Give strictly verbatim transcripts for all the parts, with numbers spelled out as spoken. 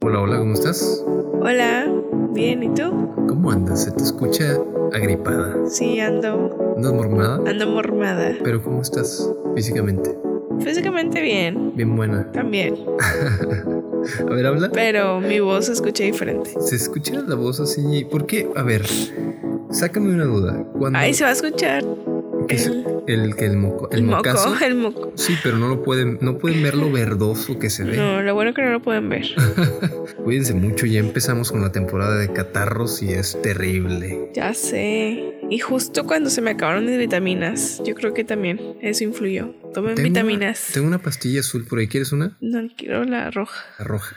Hola, hola, ¿cómo estás? Hola, bien, ¿y tú? ¿Cómo andas? Se te escucha agripada. Sí, ando... ¿Andas mormada? Ando mormada. ¿Pero cómo estás físicamente? Físicamente bien. Bien buena. También. A ver, habla. Pero mi voz se escucha diferente. Se escucha la voz así. ¿Por qué? A ver, sácame una duda. Cuando... Ahí se va a escuchar. ¿Qué es El... el que el moco? ¿El, el mocazo? moco, el moco. Sí, pero no lo pueden, no pueden ver lo verdoso que se ve. No, lo bueno que no lo pueden ver. Cuídense mucho, ya empezamos con la temporada de catarros y es terrible. Ya sé. Y justo cuando se me acabaron mis vitaminas, yo creo que también eso influyó. Tomen Tengo vitaminas. Una, tengo una pastilla azul por ahí, ¿quieres una? No quiero la roja. La roja.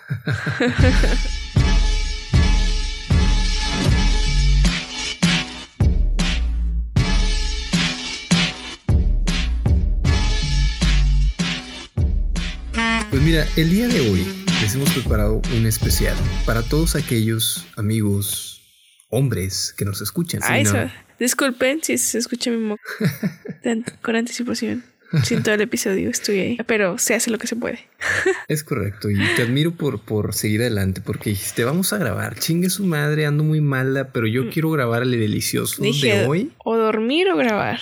Pues mira, el día de hoy les hemos preparado un especial para todos aquellos amigos hombres que nos escuchan. Ay, ¿sí, no? eso. Disculpen si se escucha mi moco. Con anticipación. Sin todo el episodio estoy ahí. Pero se hace lo que se puede. Es correcto. Y te admiro por, por seguir adelante. Porque dijiste, vamos a grabar. Chingue su madre, ando muy mala. Pero yo mm. quiero grabar el delicioso Dije, de hoy. O dormir o grabar.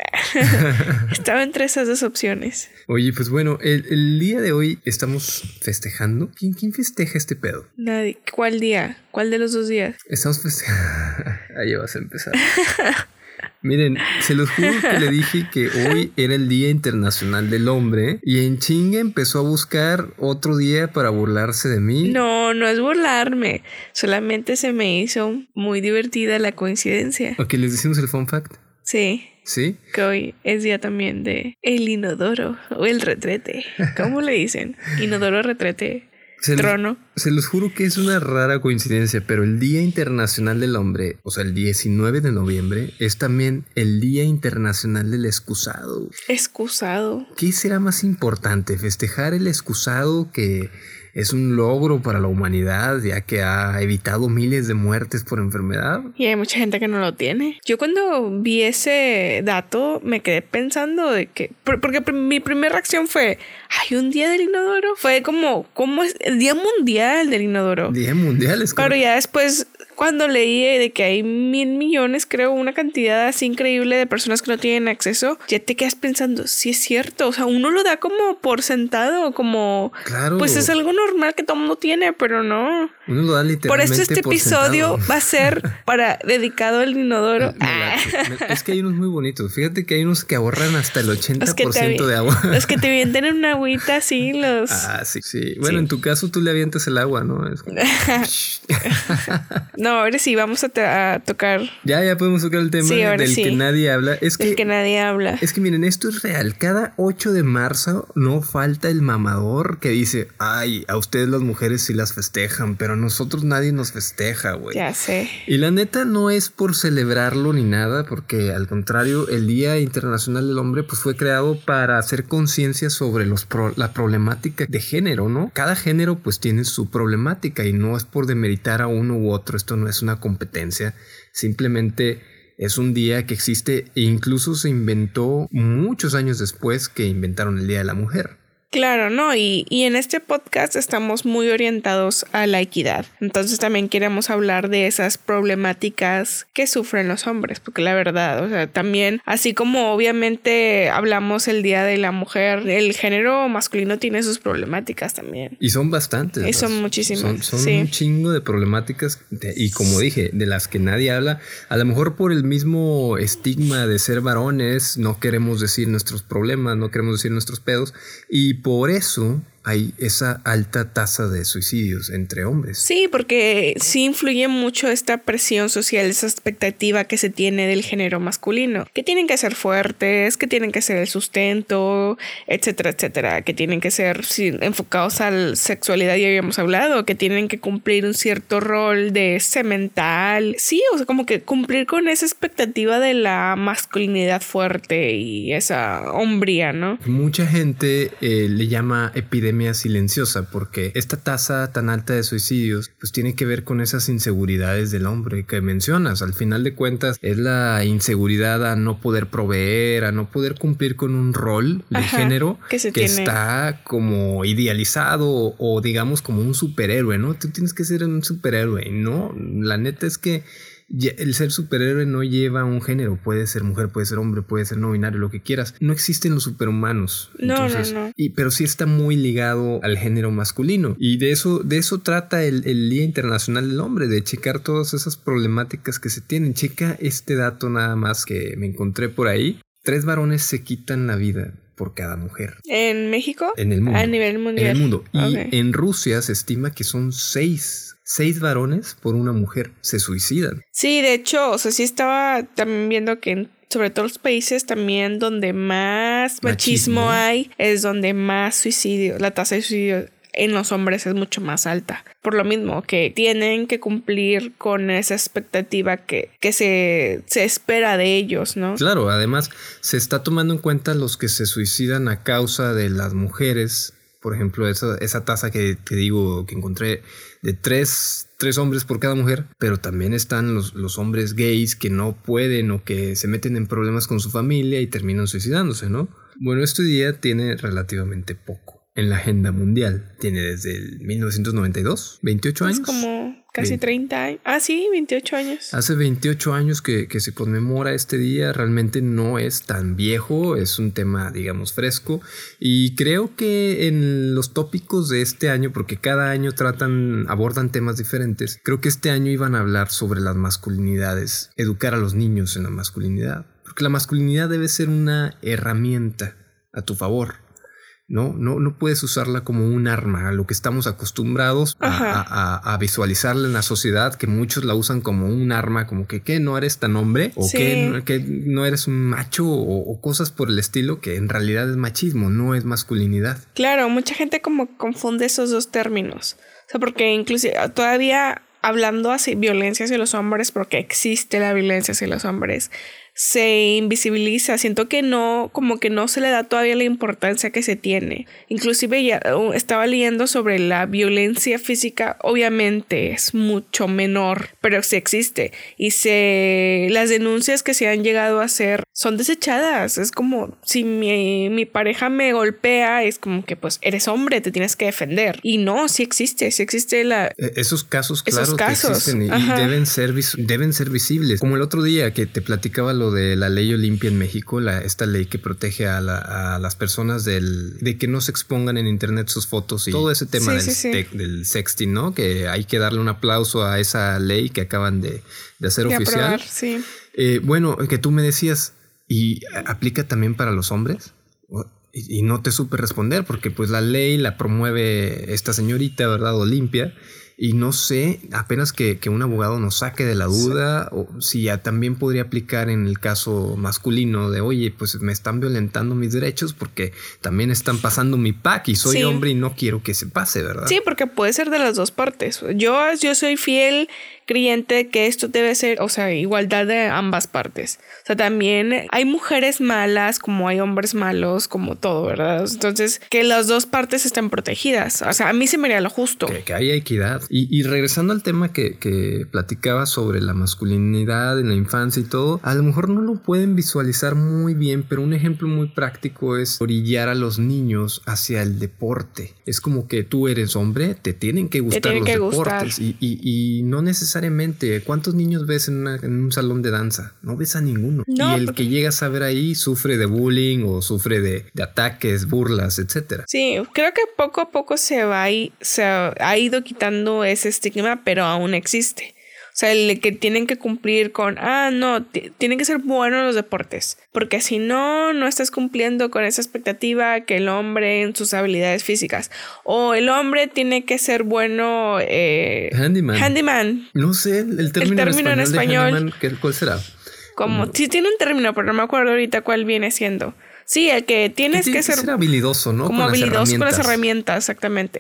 Estaba entre esas dos opciones. Oye, pues bueno, el, el día de hoy estamos festejando. ¿Quién, quién festeja este pedo? Nadie. ¿Cuál día? ¿Cuál de los dos días? Estamos festejando. Ahí vas a empezar. Miren, se los juro que le dije que hoy era el Día Internacional del Hombre y en chinga empezó a buscar otro día para burlarse de mí. No, no es burlarme. Solamente se me hizo muy divertida la coincidencia. Ok, ¿les decimos el fun fact? Sí. ¿Sí? Que hoy es día también de el inodoro o el retrete. ¿Cómo le dicen? Inodoro, retrete. Se Trono. Los, se los juro que es una rara coincidencia, pero el Día Internacional del Hombre, o sea, el diecinueve de noviembre, es también el Día Internacional del Excusado. Excusado. ¿Qué será más importante? ¿Festejar el excusado, que es un logro para la humanidad, ya que ha evitado miles de muertes por enfermedad? Y hay mucha gente que no lo tiene. Yo cuando vi ese dato me quedé pensando de que... Porque mi primera reacción fue... ¿Hay un día del inodoro? Fue como... ¿Cómo es? El Día Mundial del Inodoro. Día Mundial es como... Pero ya después... Cuando leí de que hay mil millones, creo, una cantidad así increíble de personas que no tienen acceso, ya te quedas pensando, sí es cierto. O sea, uno lo da como por sentado, como... Claro. Pues es algo normal que todo el mundo tiene, pero no. Uno lo da literalmente por eso este por episodio sentado. Va a ser para dedicado al inodoro. Ah. Es que hay unos muy bonitos. Fíjate que hay unos que ahorran hasta el ochenta por ciento de agua. Los que te avientan en una agüita así, los... Ah, sí, sí. Bueno, sí. En tu caso tú le avientas el agua, ¿no? Es como... No, ahora sí, vamos a, a tocar. Ya, ya podemos tocar el tema sí, del sí. que nadie habla. Es del que, que nadie habla. Es que miren, esto es real. Cada ocho de marzo no falta el mamador que dice, ay, a ustedes las mujeres sí las festejan, pero a nosotros nadie nos festeja, güey. Ya sé. Y la neta no es por celebrarlo ni nada, porque al contrario, el Día Internacional del Hombre pues fue creado para hacer conciencia sobre los pro- la problemática de género, ¿no? Cada género pues tiene su problemática y no es por demeritar a uno u otro. Esto no es una competencia, simplemente es un día que existe e incluso se inventó muchos años después que inventaron el Día de la Mujer. Claro, ¿no? Y, y en este podcast estamos muy orientados a la equidad. Entonces también queremos hablar de esas problemáticas que sufren los hombres, porque la verdad, o sea, también, así como obviamente hablamos el Día de la Mujer, el género masculino tiene sus problemáticas también. Y son bastantes. Y son muchísimas. Son, son sí. un chingo de problemáticas de, y como dije, de las que nadie habla. A lo mejor por el mismo estigma de ser varones, no queremos decir nuestros problemas, no queremos decir nuestros pedos. Y por eso hay esa alta tasa de suicidios entre hombres. Sí, porque sí influye mucho esta presión social, esa expectativa que se tiene del género masculino, que tienen que ser fuertes, que tienen que ser el sustento, etcétera, etcétera, que tienen que ser sí, enfocados a la sexualidad, ya habíamos hablado, que tienen que cumplir un cierto rol de semental, sí, o sea, como que cumplir con esa expectativa de la masculinidad fuerte y esa hombría, ¿no? Mucha gente eh, le llama epidemia epidemia silenciosa, porque esta tasa tan alta de suicidios pues tiene que ver con esas inseguridades del hombre que mencionas. Al final de cuentas es la inseguridad a no poder proveer, a no poder cumplir con un rol de Ajá, género que, se que tiene. está como idealizado o, o digamos como un superhéroe, ¿no? Tú tienes que ser un superhéroe, ¿no? La neta es que el ser superhéroe no lleva un género, puede ser mujer, puede ser hombre, puede ser no binario, lo que quieras. No existen los superhumanos. No, Entonces, no, no. Y, pero sí está muy ligado al género masculino. Y de eso, de eso trata el, el Día Internacional del Hombre, de checar todas esas problemáticas que se tienen. Checa este dato nada más que me encontré por ahí. Tres varones se quitan la vida por cada mujer. ¿En México? En el mundo. A nivel mundial. En el mundo. Y okay. en Rusia se estima que son seis. Seis varones por una mujer se suicidan. Sí, de hecho, o sea, sí estaba también viendo que en, sobre todo los países también donde más machismo, machismo hay, es donde más suicidio, la tasa de suicidio en los hombres es mucho más alta. Por lo mismo, que tienen que cumplir con esa expectativa que, que se, se espera de ellos, ¿no? Claro, además se está tomando en cuenta los que se suicidan a causa de las mujeres. Por ejemplo, esa, esa tasa que te digo que encontré de tres, tres hombres por cada mujer, pero también están los, los hombres gays que no pueden o que se meten en problemas con su familia y terminan suicidándose, ¿no? Bueno, este día tiene relativamente poco en la agenda mundial. Tiene desde el mil novecientos noventa y dos, veintiocho años. Es como casi treinta años. Ah, sí, veintiocho años. Hace veintiocho años que, que se conmemora este día. Realmente no es tan viejo. Es un tema, digamos, fresco. Y creo que en los tópicos de este año, porque cada año tratan, abordan temas diferentes, creo que este año iban a hablar sobre las masculinidades. Educar a los niños en la masculinidad. Porque la masculinidad debe ser una herramienta a tu favor. No, no, no puedes usarla como un arma, a lo que estamos acostumbrados a, a, a visualizarla en la sociedad, que muchos la usan como un arma, como que ¿qué? ¿No eres tan hombre? ¿O sí. que, que no eres un macho? O, o cosas por el estilo, que en realidad es machismo, no es masculinidad. Claro, mucha gente como confunde esos dos términos. O sea, porque inclusive todavía hablando así violencia hacia los hombres, porque existe la violencia hacia los hombres, se invisibiliza. Siento que no, como que no se le da todavía la importancia que se tiene. Inclusive ya uh, estaba leyendo sobre la violencia física. Obviamente es mucho menor, pero sí existe. Y se las denuncias que se han llegado a hacer son desechadas. Es como si mi, mi pareja me golpea, es como que pues eres hombre, te tienes que defender. Y no, sí existe, sí existe la... Esos casos, claro, esos casos. Que existen y, y deben ser, deben ser visibles. Como el otro día que te platicaba lo de la ley Olimpia en México, la, esta ley que protege a, la, a las personas del, de que no se expongan en internet sus fotos y todo ese tema sí, del, sí, sí. De, del sexting, ¿no? Que hay que darle un aplauso a esa ley que acaban de, de hacer de oficial. Aprobar, sí. Eh, bueno, que tú me decías, ¿y aplica también para los hombres? Y, y no te supe responder porque pues la ley la promueve esta señorita, ¿verdad? Olimpia. Y no sé, apenas que, que un abogado nos saque de la duda, sí. O si ya también podría aplicar en el caso masculino de, oye, pues me están violentando mis derechos porque también están pasando mi P A C y soy sí. hombre y no quiero que se pase, ¿verdad? Sí, porque puede ser de las dos partes. Yo, yo soy fiel creyente de que esto debe ser, o sea, igualdad de ambas partes. O sea, también hay mujeres malas como hay hombres malos, como todo, ¿verdad? Entonces, que las dos partes estén protegidas. O sea, a mí se me haría lo justo. Que, que haya equidad. Y, y regresando al tema que, que platicaba sobre la masculinidad en la infancia y todo, a lo mejor no lo pueden visualizar muy bien, pero un ejemplo muy práctico es orillar a los niños hacia el deporte. Es como que tú eres hombre, te tienen que gustar tienen los que deportes. Y, y, y no necesariamente. ¿Cuántos niños ves en, una, en un salón de danza? No ves a ninguno. No, y el porque... que llegas a ver ahí sufre de bullying o sufre de, de ataques, burlas, etcétera. Sí, creo que poco a poco se va y se ha ido quitando ese estigma, pero aún existe. O sea, el que tienen que cumplir con, ah, no, t- tienen que ser buenos los deportes. Porque si no, no estás cumpliendo con esa expectativa que el hombre en sus habilidades físicas. O el hombre tiene que ser bueno... Eh, handyman. Handyman. No sé, el término, el término en español, en español de handyman, ¿cuál será? Como, sí tiene un término, pero no me acuerdo ahorita cuál viene siendo. Sí, el que tienes que, que ser... ser habilidoso, ¿no? Como con habilidoso las con las herramientas, exactamente.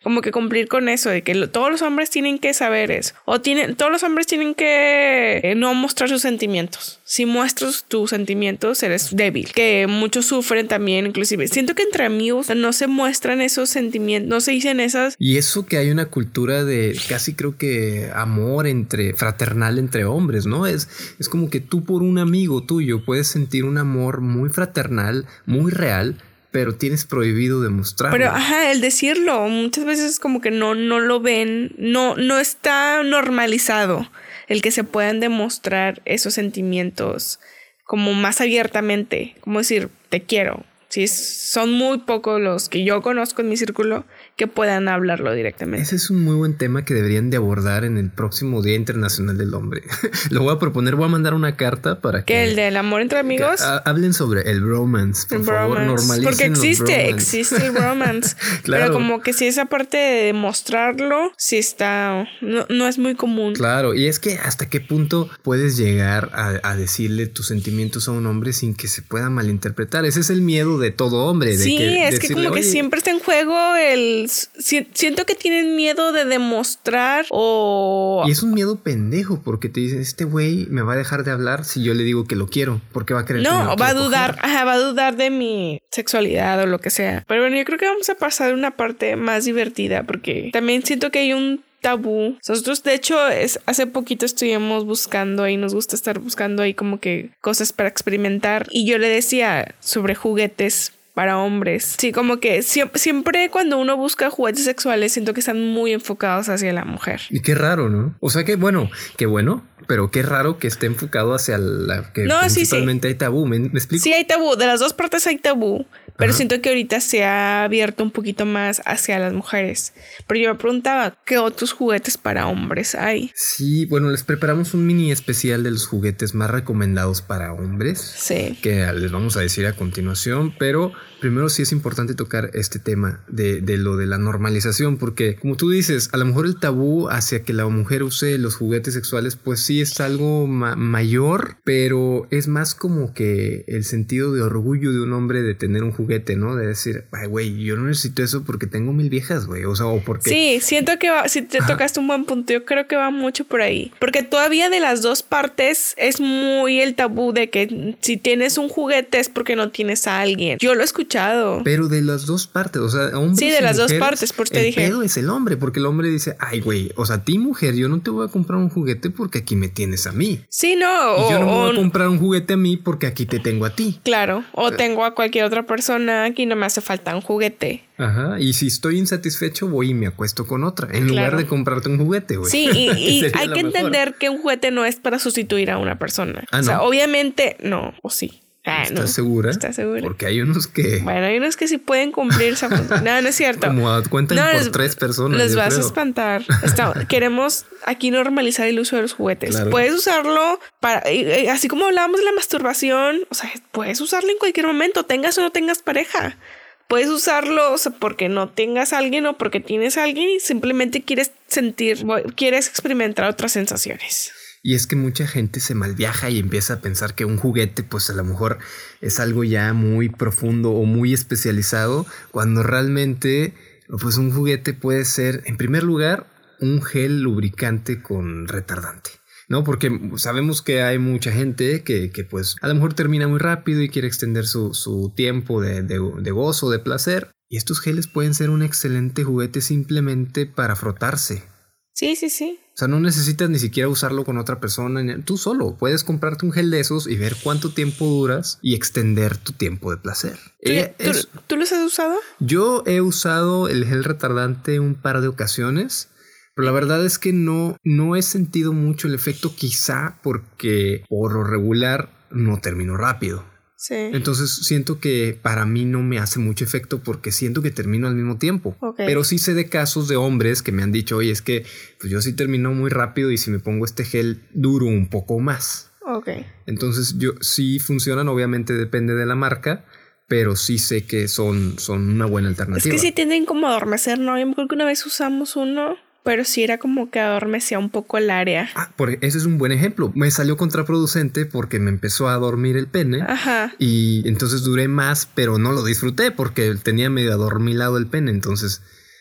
como que cumplir con eso, de que lo, todos los hombres tienen que saber eso. O tienen, todos los hombres tienen que eh, no mostrar sus sentimientos. Si muestras tus sentimientos, eres débil. Que muchos sufren también, inclusive. Siento que entre amigos no se muestran esos sentimientos, no se dicen esas. Y eso que hay una cultura de casi creo que amor entre fraternal entre hombres, ¿no? Es, es como que tú por un amigo tuyo puedes sentir un amor muy fraternal, muy real, pero tienes prohibido demostrarlo. Pero, ajá, el decirlo, muchas veces como que no, no lo ven, no, no está normalizado el que se puedan demostrar esos sentimientos como más abiertamente, como decir, te quiero. Sí, son muy pocos los que yo conozco en mi círculo que puedan hablarlo directamente. Ese es un muy buen tema que deberían de abordar en el próximo Día Internacional del Hombre. Lo voy a proponer, voy a mandar una carta para que... ¿Qué? ¿El del amor entre amigos? Ha, hablen sobre el bromance, por el favor, bromance. normalicen Porque existe, los existe el bromance. Claro. Pero como que si esa parte de demostrarlo, sí está... No, no es muy común. Claro, y es que hasta qué punto puedes llegar a, a decirle tus sentimientos a un hombre sin que se pueda malinterpretar. Ese es el miedo de todo hombre. De sí, que es que como que siempre está en juego el... Si, siento que tienen miedo de demostrar o... Y es un miedo pendejo porque te dicen, este güey me va a dejar de hablar si yo le digo que lo quiero. Porque va a creer no, que me lo va a quiero dudar, coger. ajá, va a dudar de mi sexualidad o lo que sea. Pero bueno, yo creo que vamos a pasar a una parte más divertida porque también siento que hay un tabú. Nosotros, de hecho, es, hace poquito estuvimos buscando ahí, nos gusta estar buscando ahí como que cosas para experimentar. Y yo le decía sobre juguetes para hombres. Sí, como que siempre, siempre cuando uno busca juguetes sexuales siento que están muy enfocados hacia la mujer. Y qué raro, ¿no? O sea, que bueno, qué bueno, pero qué raro que esté enfocado hacia la que no, principalmente sí, sí. hay tabú. ¿Me, ¿Me explico? Sí, hay tabú. De las dos partes hay tabú. Pero Ajá. siento que ahorita se ha abierto un poquito más hacia las mujeres. Pero yo me preguntaba, ¿qué otros juguetes para hombres hay? Sí, bueno, les preparamos un mini especial de los juguetes más recomendados para hombres. Sí. Que les vamos a decir a continuación, pero primero sí es importante tocar este tema de, de lo de la normalización, porque como tú dices, a lo mejor el tabú hacia que la mujer use los juguetes sexuales, pues sí es algo ma- mayor, pero es más como que el sentido de orgullo de un hombre de tener un juguete, ¿no? De decir, ay, güey, yo no necesito eso porque tengo mil viejas, güey. O sea, o porque... Sí, siento que va, si te Ajá. tocaste un buen punto, yo creo que va mucho por ahí. Porque todavía de las dos partes es muy el tabú de que si tienes un juguete es porque no tienes a alguien. Yo lo he escuchado. Pero de las dos partes, o sea, hombres Sí, de y las dos mujeres, partes, por te el dije. pedo es el hombre, porque el hombre dice, ay, güey, o sea, a ti, mujer, yo no te voy a comprar un juguete porque aquí me tienes a mí. Sí, no. Y o, yo no me voy o- a comprar un juguete a mí porque aquí te tengo a ti. Claro. O tengo a cualquier otra persona, aquí no me hace falta un juguete. Ajá. Y si estoy insatisfecho, voy y me acuesto con otra. En Claro. lugar de comprarte un juguete, güey. Sí, y, y Sería hay lo que mejor. entender que un juguete no es para sustituir a una persona. Ah, O sea, ¿no? obviamente, no, o sí. Ah, ¿Estás no. segura? ¿Estás segura? Porque hay unos que... Bueno, hay unos que sí pueden cumplir esa función. No, no es cierto. Como a- cuentan No, por les- tres personas. Les yo vas creo. a espantar. Está- queremos aquí normalizar el uso de los juguetes. Claro. Puedes usarlo para, y- y así como hablábamos de la masturbación, o sea, puedes usarlo en cualquier momento, tengas o no tengas pareja. Puedes usarlo, o sea, porque no tengas a alguien o porque tienes a alguien y simplemente quieres sentir, quieres experimentar otras sensaciones. Y es que mucha gente se malviaja y empieza a pensar que un juguete, pues a lo mejor es algo ya muy profundo o muy especializado, cuando realmente, pues un juguete puede ser, en primer lugar, un gel lubricante con retardante, ¿no? Porque sabemos que hay mucha gente que, que pues a lo mejor termina muy rápido y quiere extender su, su tiempo de, de, de gozo, de placer. Y estos geles pueden ser un excelente juguete simplemente para frotarse. Sí, sí, sí. O sea, no necesitas ni siquiera usarlo con otra persona. Tú solo puedes comprarte un gel de esos y ver cuánto tiempo duras y extender tu tiempo de placer. ¿Tú, Eh, tú- es- ¿tú los has usado? yo he usado el gel retardante un par de ocasiones, pero la verdad es que no, no he sentido mucho el efecto, quizá porque por lo regular no termino rápido. Sí. Entonces siento que para mí no me hace mucho efecto porque siento que termino al mismo tiempo. Ok. Pero sí sé de casos de hombres que me han dicho, oye, es que pues yo sí termino muy rápido y si me pongo este gel duro un poco más. Ok. Entonces yo sí funcionan, obviamente depende de la marca, pero sí sé que son, son una buena Es alternativa. que sí tienden como a adormecer, ¿no? Yo me acuerdo que una vez usamos uno, pero sí era como que adormecía un poco el área. Ah, porque ese es un buen ejemplo. Me salió contraproducente porque me empezó a dormir el pene. Ajá. Y entonces duré más, pero no lo disfruté porque tenía medio adormilado el pene. Entonces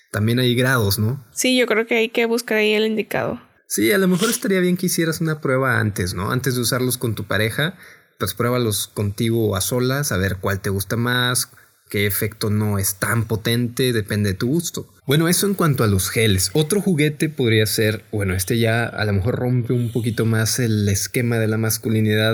también hay grados, ¿no? Sí, yo creo que hay que buscar ahí el indicado. Sí, a lo mejor estaría bien que hicieras una prueba antes, ¿no? Antes de usarlos con tu pareja, pues pruébalos contigo a solas, a ver cuál te gusta más, qué efecto no es tan potente, depende de tu gusto. Bueno, eso en cuanto a los geles. Otro juguete podría ser, bueno, este ya a lo mejor rompe un poquito más el esquema de la masculinidad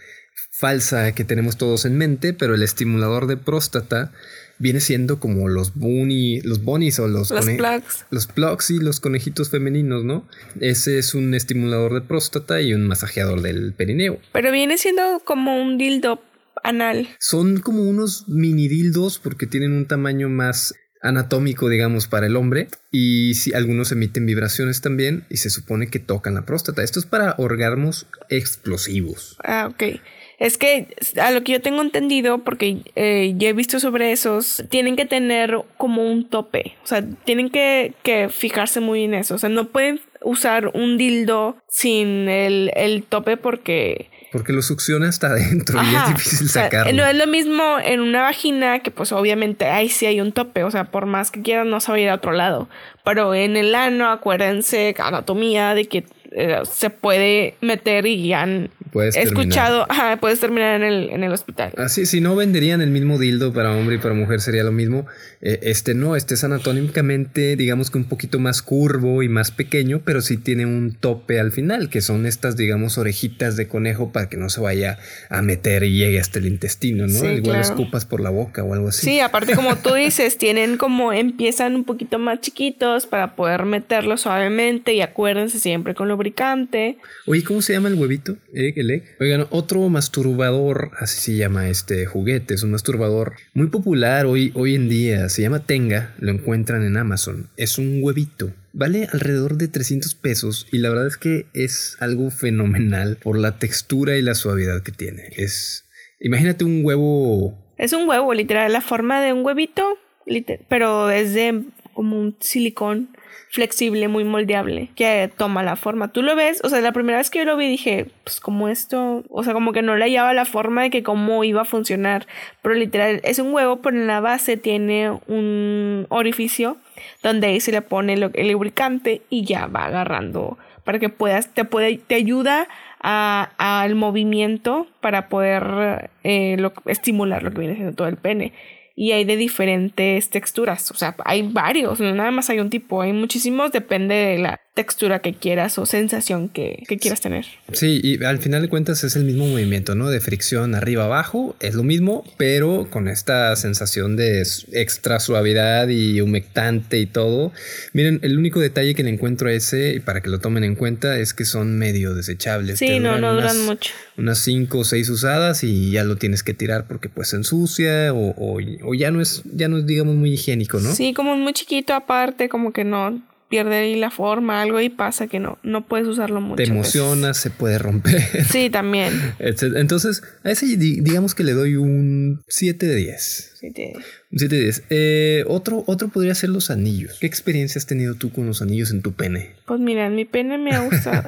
falsa que tenemos todos en mente, pero el estimulador de próstata viene siendo como los bunny, los bunnies o los Los cone- plugs. Los plugs y los conejitos femeninos, ¿no? Ese es un estimulador de próstata y un masajeador del perineo. Pero viene siendo como un dildo anal. Son como unos mini dildos porque tienen un tamaño más anatómico, digamos, para el hombre, y si algunos emiten vibraciones también y se supone que tocan la próstata. Esto es para orgasmos explosivos. Ah, ok. Es que a lo que yo tengo entendido, porque eh, ya he visto sobre esos, tienen que tener como un tope. O sea, tienen que, que fijarse muy en eso. O sea, no pueden usar un dildo sin el, el tope porque... Porque lo succiona hasta adentro. Ajá, y es difícil o sea, sacarlo. No es lo mismo en una vagina que pues obviamente ahí sí hay un tope. O sea, por más que quieran no se va a ir a otro lado. Pero en el ano, acuérdense, anatomía de que eh, se puede meter y han... Puedes He terminar. escuchado, ajá, puedes terminar en el, en el hospital. Así, si no venderían el mismo dildo para hombre y para mujer sería lo mismo. Eh, este no, este es anatómicamente, digamos que un poquito más curvo y más pequeño, pero sí tiene un tope al final, que son estas, digamos, orejitas de conejo para que no se vaya a meter y llegue hasta el intestino, ¿no? Sí, Igual claro. escupas por la boca o algo así. Sí, aparte como tú dices, tienen como, empiezan un poquito más chiquitos para poder meterlo suavemente y acuérdense siempre con lubricante. Oye, ¿cómo se llama el huevito? ¿Eh? ¿El egg? Oigan, otro masturbador, así se llama este juguete, es un masturbador muy popular hoy, hoy en día, se llama Tenga, lo encuentran en Amazon, es un huevito. Vale alrededor de trescientos pesos y la verdad es que es algo fenomenal por la textura y la suavidad que tiene. Es, imagínate un huevo. Es un huevo, literal, la forma de un huevito, liter- pero es de como un silicón flexible, muy moldeable, que toma la forma. Tú lo ves, o sea, la primera vez que yo lo vi dije, pues como esto, o sea, como que no le hallaba la forma de que cómo iba a funcionar, pero literal, es un huevo, pero en la base tiene un orificio donde ahí se le pone lo- el lubricante y ya va agarrando para que puedas, te puede, te ayuda a, al movimiento para poder eh, lo, estimular lo que viene siendo todo el pene. Y hay de diferentes texturas, o sea, hay varios, no nada más hay un tipo, hay muchísimos, depende de la textura que quieras o sensación que, que quieras tener. Sí, y al final de cuentas es el mismo movimiento, ¿no? De fricción arriba abajo, es lo mismo, pero con esta sensación de extra suavidad y humectante y todo. Miren, el único detalle que le encuentro a ese, y para que lo tomen en cuenta, es que son medio desechables. Sí, Te no, no duran unas, mucho. Unas cinco o seis usadas y ya lo tienes que tirar porque pues se ensucia o, o, o ya no es, ya no es, digamos, muy higiénico, ¿no? Sí, como es muy chiquito aparte, como que no pierde ahí la forma, algo y pasa que no, no puedes usarlo mucho. Te emocionas, se puede romper. Sí, también. Entonces, a ese digamos que le doy un siete de diez. Sí, te... Un siete de diez. Eh, otro, otro podría ser los anillos. ¿Qué experiencia has tenido tú con los anillos en tu pene? Pues mira, en mi pene me ha gustado.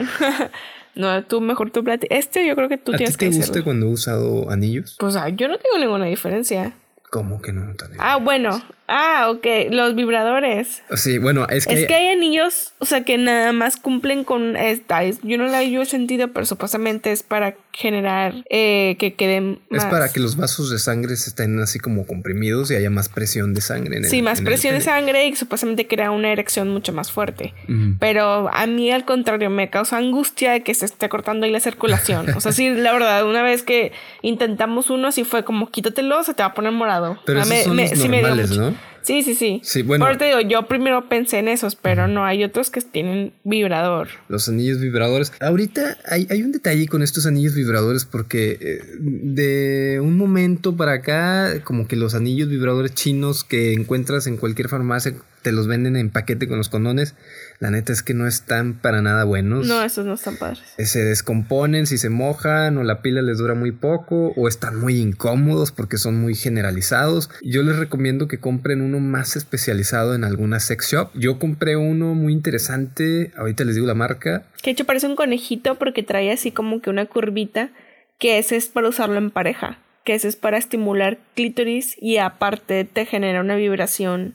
No, tú mejor tú plati. Este yo creo que tú ¿A tienes ti te que gusta hacerlo. cuando he usado anillos? Pues ah, yo no tengo ninguna diferencia. ¿Cómo que no? También. Ah, bueno. Ah, ok. Los vibradores. Sí, bueno, es que... Es hay... que hay anillos, o sea, que nada más cumplen con esta. Yo no la he sentido, pero supuestamente es para generar eh, que queden más... Es para que los vasos de sangre se estén así como comprimidos y haya más presión de sangre en el Sí, más en presión el de sangre y supuestamente crea una erección mucho más fuerte. Uh-huh. Pero a mí, al contrario, me causa angustia de que se esté cortando ahí la circulación. O sea, sí, la verdad, una vez que intentamos uno, sí fue como quítatelo, se te va a poner morado. Pero o sea, esos me, son los sí normales, me dio mucho. ¿no? Sí, sí, sí. Sí, bueno. Por te digo, yo primero pensé en esos, pero no, hay otros que tienen vibrador. Los anillos vibradores. Ahorita hay, hay un detalle con estos anillos vibradores porque eh, de un momento para acá, como que los anillos vibradores chinos que encuentras en cualquier farmacia te los venden en paquete con los condones. La neta es que no están para nada buenos. No, esos no están padres. Se descomponen si se mojan o la pila les dura muy poco o están muy incómodos porque son muy generalizados. Yo les recomiendo que compren uno más especializado en alguna sex shop. Yo compré uno muy interesante, ahorita les digo la marca. Que de hecho parece un conejito porque trae así como que una curvita, que ese es para usarlo en pareja, que ese es para estimular clítoris y aparte te genera una vibración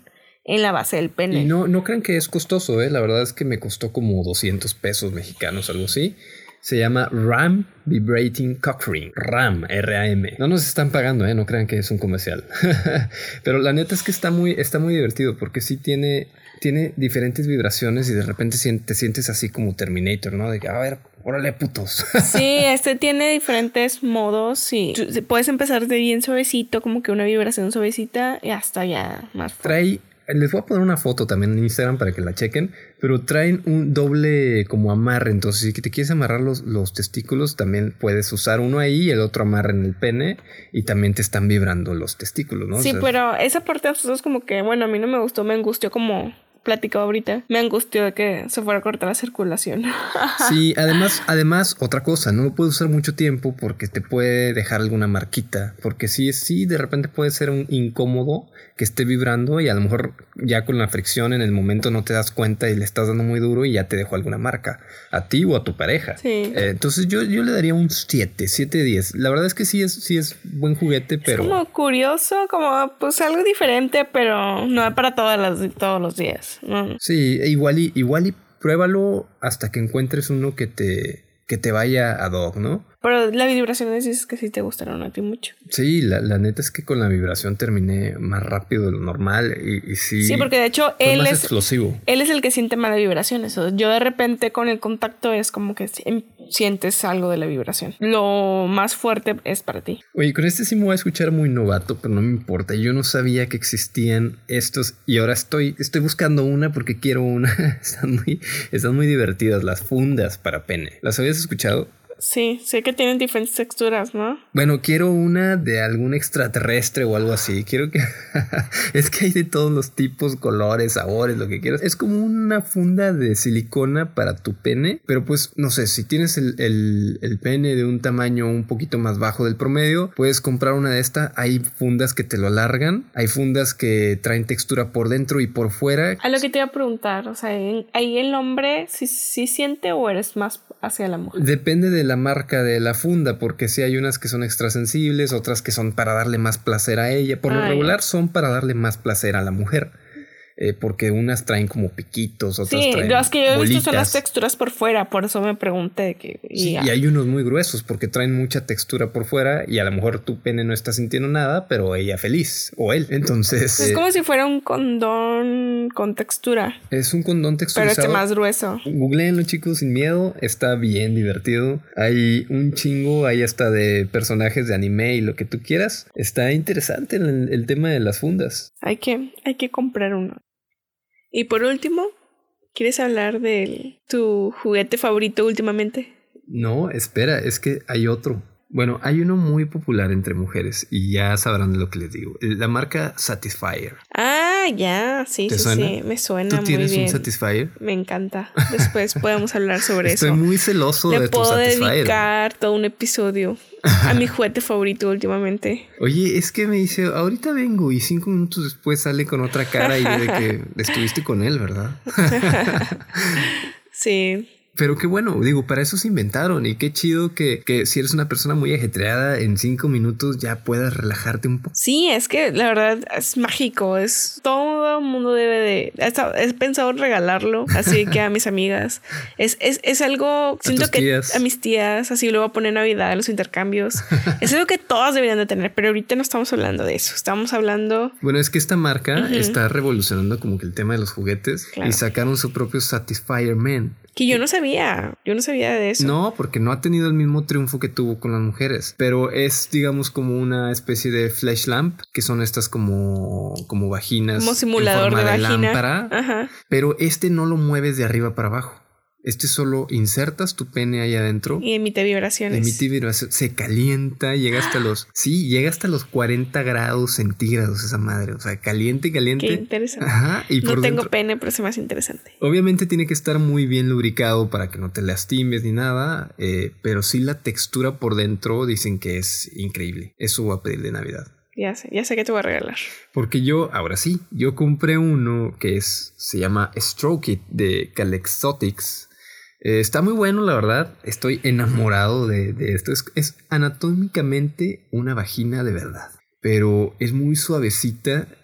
en la base del pene. Y no, no crean que es costoso, ¿eh? La verdad es que me costó como doscientos pesos mexicanos, algo así. Se llama RAM Vibrating Cock Ring. RAM, R A M. No nos están pagando, ¿eh? No crean que es un comercial. Pero la neta es que está muy, está muy divertido porque sí tiene, tiene diferentes vibraciones y de repente te sientes así como Terminator, ¿no? De que, a ver, órale, putos. Sí, este tiene diferentes modos y puedes empezar de bien suavecito, como que una vibración suavecita y hasta ya más fuerte. Trae... Les voy a poner una foto también en Instagram para que la chequen, pero traen un doble como amarre, entonces si te quieres amarrar los, los testículos también puedes usar uno ahí y el otro amarre en el pene y también te están vibrando los testículos, ¿no? Sí, o sea, pero esa parte de nosotros como que, bueno, a mí no me gustó, me angustió como... platicado ahorita, me angustió de que se fuera a cortar la circulación. Sí, además, además, otra cosa, no lo puedes usar mucho tiempo porque te puede dejar alguna marquita, porque sí, sí, de repente puede ser un incómodo que esté vibrando y a lo mejor ya con la fricción en el momento no te das cuenta y le estás dando muy duro y ya te dejó alguna marca, a ti o a tu pareja. Sí. Eh, entonces yo, yo le daría un siete, siete de diez. La verdad es que sí es, sí es buen juguete, pero... Es como curioso, como pues algo diferente, pero no para todas las, todos los días. No. Sí, igual y, igual y pruébalo hasta que encuentres uno que te, que te vaya ad hoc, ¿no? Pero la vibración dices que sí te gustaron a ti mucho. Sí, la, la neta es que con la vibración terminé más rápido de lo normal y, y sí. Sí, porque de hecho fue él más es explosivo. Él es el que siente mala vibración. Eso. Yo de repente con el contacto es como que sientes algo de la vibración. Lo más fuerte es para ti. Oye, con este sí me voy a escuchar muy novato, pero no me importa. Yo no sabía que existían estos y ahora estoy, estoy buscando una porque quiero una. están muy, están muy divertidas las fundas para pene. ¿Las habías escuchado? Sí, sé que tienen diferentes texturas, ¿no? Bueno, quiero una de algún extraterrestre o algo así. Quiero que... es que hay de todos los tipos, colores, sabores, lo que quieras. Es como una funda de silicona para tu pene. Pero pues, no sé, si tienes el, el, el pene de un tamaño un poquito más bajo del promedio, puedes comprar una de estas. Hay fundas que te lo alargan. Hay fundas que traen textura por dentro y por fuera. A lo que te iba a preguntar, o sea, ¿ahí el hombre sí, sí siente o eres más hacia la mujer? Depende de la marca de la funda, porque sí hay unas que son extra sensibles, otras que son para darle más placer a ella. Por lo ah, regular ya. son para darle más placer a la mujer. Eh, porque unas traen como piquitos, otras sí, traen las que yo he bolitas. visto son las texturas por fuera, por eso me pregunté. Que, y, sí, y hay unos muy gruesos porque traen mucha textura por fuera y a lo mejor tu pene no está sintiendo nada, pero ella feliz o él. Entonces es eh, como si fuera un condón con textura. Es un condón texturizado. Pero este más grueso. Googleenlo, chicos, sin miedo. Está bien divertido. Hay un chingo, hay hasta de personajes de anime y lo que tú quieras. Está interesante el, el tema de las fundas. Hay que, hay que comprar uno. Y por último, ¿quieres hablar de tu juguete favorito últimamente? No, espera, es que hay otro. Bueno, hay uno muy popular entre mujeres y ya sabrán de lo que les digo. La marca Satisfyer. Ah, ya, sí, ¿Te sí, suena? sí, me suena muy bien. ¿Tú tienes un Satisfyer? Me encanta. Después podemos hablar sobre Estoy eso. Estoy muy celoso Le de tu Satisfyer. Le puedo dedicar todo un episodio a mi juguete favorito últimamente. Oye, es que me dice, ahorita vengo y cinco minutos después sale con otra cara y yo de que estuviste con él, ¿verdad? Sí. Pero qué bueno, digo, para eso se inventaron y qué chido que, que si eres una persona muy ajetreada en cinco minutos ya puedas relajarte un poco. Sí, es que la verdad es mágico, es todo el mundo debe de... He pensado en regalarlo, así que a mis amigas. Es, es, es algo, siento que tías. A mis tías, así lo voy a poner en Navidad, en los intercambios. Es algo que todas deberían de tener, pero ahorita no estamos hablando de eso, estamos hablando... Bueno, es que esta marca uh-huh. está revolucionando como que el tema de los juguetes claro. y sacaron su propio Satisfyer Men. Que yo no sabía, yo no sabía de eso. No, porque no ha tenido el mismo triunfo que tuvo con las mujeres. Pero es, digamos, como una especie de flash lamp, que son estas como, como vaginas. Como simulador en forma de, de vagina. Lámpara. Ajá. Pero este no lo mueves de arriba para abajo. Este solo insertas tu pene ahí adentro. Y emite vibraciones. Emite vibraciones. Se calienta, llega hasta los... Sí, llega hasta los cuarenta grados centígrados esa madre. O sea, caliente, caliente. Qué interesante. Ajá. Y no por tengo dentro, pene, pero es más interesante. Obviamente tiene que estar muy bien lubricado para que no te lastimes ni nada. Eh, pero sí la textura por dentro dicen que es increíble. Eso voy a pedir de Navidad. Ya sé, ya sé que te voy a regalar. Porque yo, ahora sí, yo compré uno que es... Se llama Stroke It de Calexotics. Eh, está muy bueno, la verdad. Estoy enamorado de, de esto. Es, es anatómicamente una vagina de verdad. Pero es muy suavecita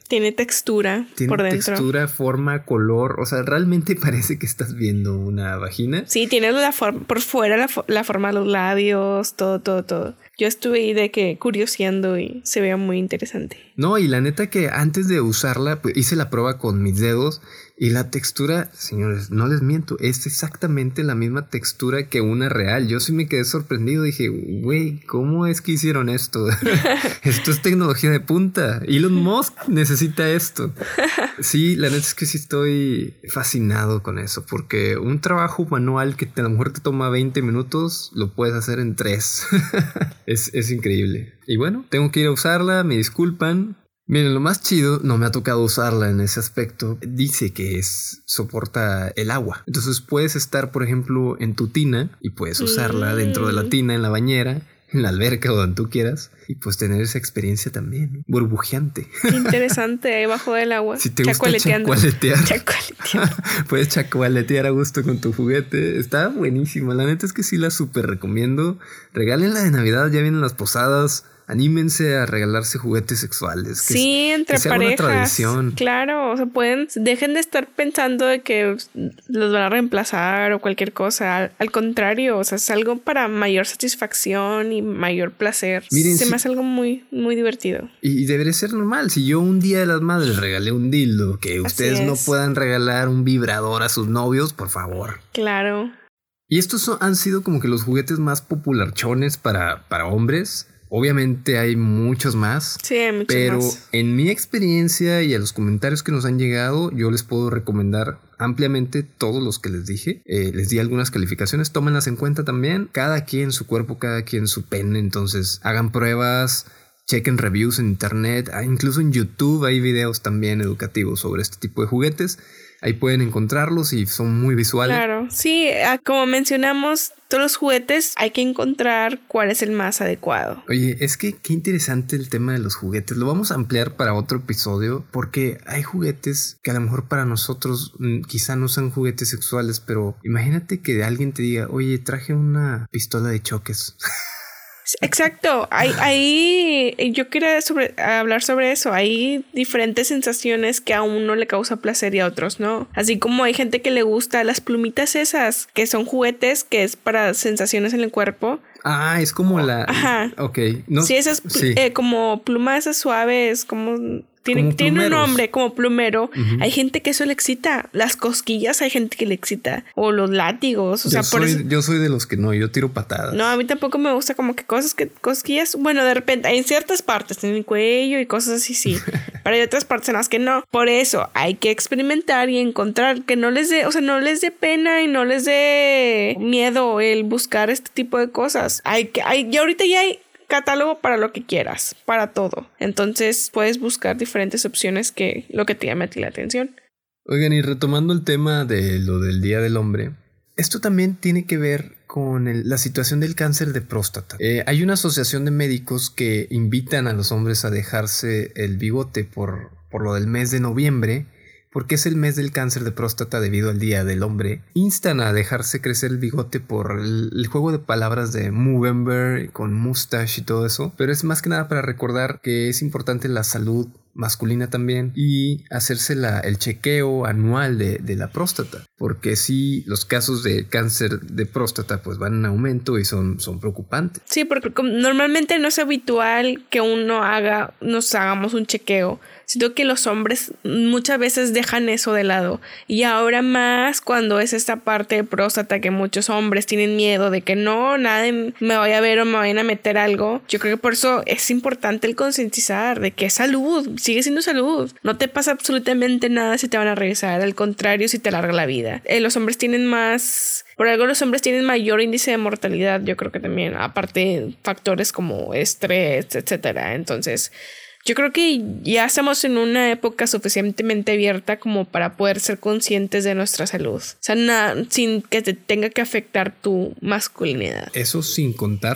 Tiene textura Tiene por dentro. textura, forma, color. O sea, realmente parece que estás viendo una vagina. Sí, tiene la forma por fuera, la, fo- la forma de los labios, todo, todo, todo. Yo estuve ahí de que curioseando y se veía muy interesante. No, y la neta que antes de usarla, pues hice la prueba con mis dedos y la textura, señores, no les miento, es exactamente la misma textura que una real. Yo sí me quedé sorprendido, dije, güey, ¿cómo es que hicieron esto? Esto es tecnología de punta. Elon Musk necesita esto. Sí, la neta es que sí estoy fascinado con eso, porque un trabajo manual que a lo mejor te toma veinte minutos, lo puedes hacer en tres. es, es increíble. Y bueno, tengo que ir a usarla, me disculpan. Miren, lo más chido, no me ha tocado usarla en ese aspecto. Dice que es, soporta el agua. Entonces puedes estar, por ejemplo, en tu tina y puedes usarla mm. dentro de la tina, en la bañera, en la alberca o donde tú quieras. Y pues tener esa experiencia también, ¿no? Burbujeante. Interesante, ahí bajo del agua. Si te gusta chacualetear, chacualetear. puedes chacualetear a gusto con tu juguete. Está buenísimo. La neta es que sí la súper recomiendo. Regálenla de Navidad, ya vienen las posadas. Anímense a regalarse juguetes sexuales. Que sí, es, entre que sea parejas. Una tradición. Claro, o sea, pueden, dejen de estar pensando de que los van a reemplazar o cualquier cosa. Al, al contrario, o sea, es algo para mayor satisfacción y mayor placer. Miren, Se sí, me hace algo muy, muy divertido. Y, y debería ser normal. Si yo un día de las madres regalé un dildo, que ustedes no puedan regalar un vibrador a sus novios, por favor. Claro. Y estos son, han sido como que los juguetes más popularchones para, para hombres. Obviamente hay muchos más, sí, hay muchos pero más. En mi experiencia y a los comentarios que nos han llegado, yo les puedo recomendar ampliamente todos los que les dije. Eh, les di algunas calificaciones, tómenlas en cuenta también. Cada quien su cuerpo, cada quien su pene, entonces hagan pruebas, chequen reviews en internet, incluso en YouTube hay videos también educativos sobre este tipo de juguetes. Ahí pueden encontrarlos y son muy visuales. Claro, sí, como mencionamos, todos los juguetes hay que encontrar cuál es el más adecuado. Oye, es que qué interesante el tema de los juguetes. Lo vamos a ampliar para otro episodio porque hay juguetes que a lo mejor para nosotros mmm, quizá no sean juguetes sexuales, pero imagínate que alguien te diga, oye, traje una pistola de choques. Exacto, hay, hay, yo quería sobre, hablar sobre eso, hay diferentes sensaciones que a uno le causa placer y a otros no, así como hay gente que le gusta las plumitas esas, que son juguetes que es para sensaciones en el cuerpo. Ah, es como la... Ajá. Ok. No, sí, esas sí. Eh, como plumas esas suaves, como... Tiene, tiene un nombre como plumero. Uh-huh. Hay gente que eso le excita. Las cosquillas hay gente que le excita. O los látigos. O yo, sea, soy, por eso... yo soy de los que no. Yo tiro patadas. No, a mí tampoco me gusta como que cosas que... Cosquillas. Bueno, de repente en ciertas partes. En el cuello y cosas así, sí. Pero hay otras partes en las que no. Por eso hay que experimentar y encontrar que no les dé... O sea, no les dé pena y no les dé miedo el buscar este tipo de cosas. Hay que... Hay, y ahorita ya hay... catálogo para lo que quieras, para todo. Entonces puedes buscar diferentes opciones que lo que te llame a ti la atención. Oigan, y retomando el tema de lo del Día del Hombre, esto también tiene que ver con el, la situación del cáncer de próstata. Eh, hay una asociación de médicos que invitan a los hombres a dejarse el bigote por, por lo del mes de noviembre, porque es el mes del cáncer de próstata debido al Día del Hombre. Instan a dejarse crecer el bigote por el, el juego de palabras de Movember con mustache y todo eso. Pero es más que nada para recordar que es importante la salud masculina también y hacerse la, el chequeo anual de, de la próstata. Porque sí, los casos de cáncer de próstata pues van en aumento y son, son preocupantes. Sí, porque normalmente no es habitual que uno haga, nos hagamos un chequeo. Siento que los hombres muchas veces dejan eso de lado. Y ahora más cuando es esta parte de próstata que muchos hombres tienen miedo de que no, nadie me vaya a ver o me vayan a meter algo. Yo creo que por eso es importante el concientizar de que es salud, sigue siendo salud. No te pasa absolutamente nada si te van a revisar. Al contrario, si te alarga la vida. Eh, los hombres tienen más... Por algo los hombres tienen mayor índice de mortalidad. Yo creo que también, aparte factores como estrés, etcétera. Entonces... yo creo que ya estamos en una época suficientemente abierta como para poder ser conscientes de nuestra salud. O sea, na, sin que te tenga que afectar tu masculinidad. Eso sin contar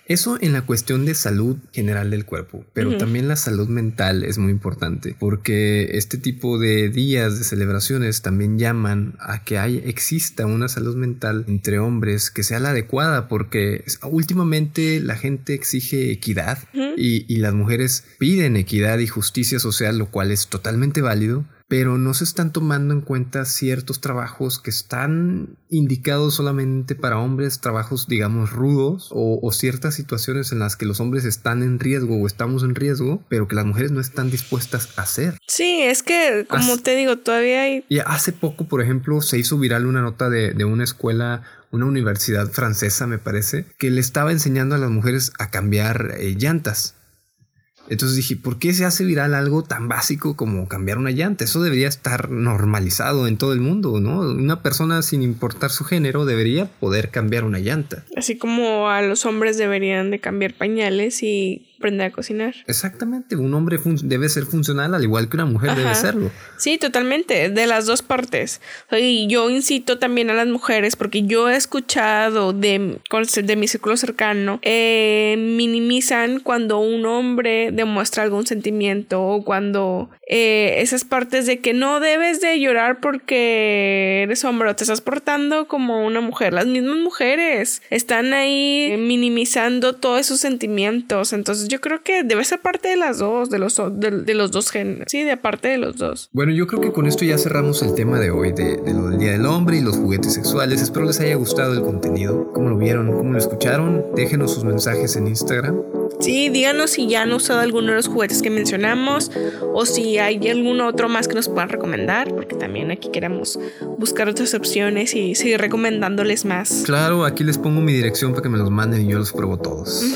Eso en la cuestión de salud general del cuerpo, pero uh-huh. también la salud mental es muy importante, porque este tipo de días de celebraciones también llaman a que hay, exista una salud mental entre hombres que sea la adecuada, porque últimamente la gente exige equidad uh-huh. y, y las mujeres piden equidad y justicia social, lo cual es totalmente válido. Pero no se están tomando en cuenta ciertos trabajos que están indicados solamente para hombres, trabajos digamos rudos o, o ciertas situaciones en las que los hombres están en riesgo o estamos en riesgo, pero que las mujeres no están dispuestas a hacer. Sí, es que como hace, te digo, todavía hay... Y hace poco, por ejemplo, se hizo viral una nota de, de una escuela, una universidad francesa me parece, que le estaba enseñando a las mujeres a cambiar eh, llantas. Entonces dije, ¿por qué se hace viral algo tan básico como cambiar una llanta? Eso debería estar normalizado en todo el mundo, ¿no? Una persona sin importar su género debería poder cambiar una llanta. Así como a los hombres deberían de cambiar pañales y aprender a cocinar. Exactamente, un hombre fun- debe ser funcional al igual que una mujer Ajá. debe serlo. Sí, totalmente, de las dos partes. Y yo incito también a las mujeres, porque yo he escuchado de, de mi círculo cercano, eh, minimizan cuando un hombre demuestra algún sentimiento o cuando eh, esas partes de que no debes de llorar porque eres hombre o te estás portando como una mujer. Las mismas mujeres están ahí minimizando todos esos sentimientos, entonces yo creo que debe ser parte de las dos, de los, de, de los dos géneros, sí, de parte de los dos. Bueno, yo creo que con esto ya cerramos el tema de hoy, de, de lo del Día del Hombre y los juguetes sexuales. Espero les haya gustado el contenido. ¿Cómo lo vieron? ¿Cómo lo escucharon? Déjenos sus mensajes en Instagram. Sí, díganos si ya han usado alguno de los juguetes que mencionamos o si hay algún otro más que nos puedan recomendar, porque también aquí queremos buscar otras opciones y seguir recomendándoles más. Claro, aquí les pongo mi dirección para que me los manden y yo los pruebo todos.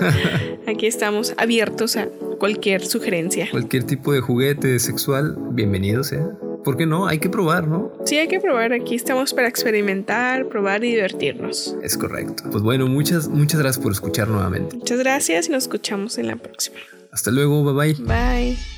Aquí estamos abiertos a cualquier sugerencia. Cualquier tipo de juguete sexual, bienvenido sea. ¿Por qué no? Hay que probar, ¿no? Sí, hay que probar. Aquí estamos para experimentar, probar y divertirnos. Es correcto. Pues bueno, muchas, muchas gracias por escuchar nuevamente. Muchas gracias y nos escuchamos en la próxima. Hasta luego, bye bye. Bye.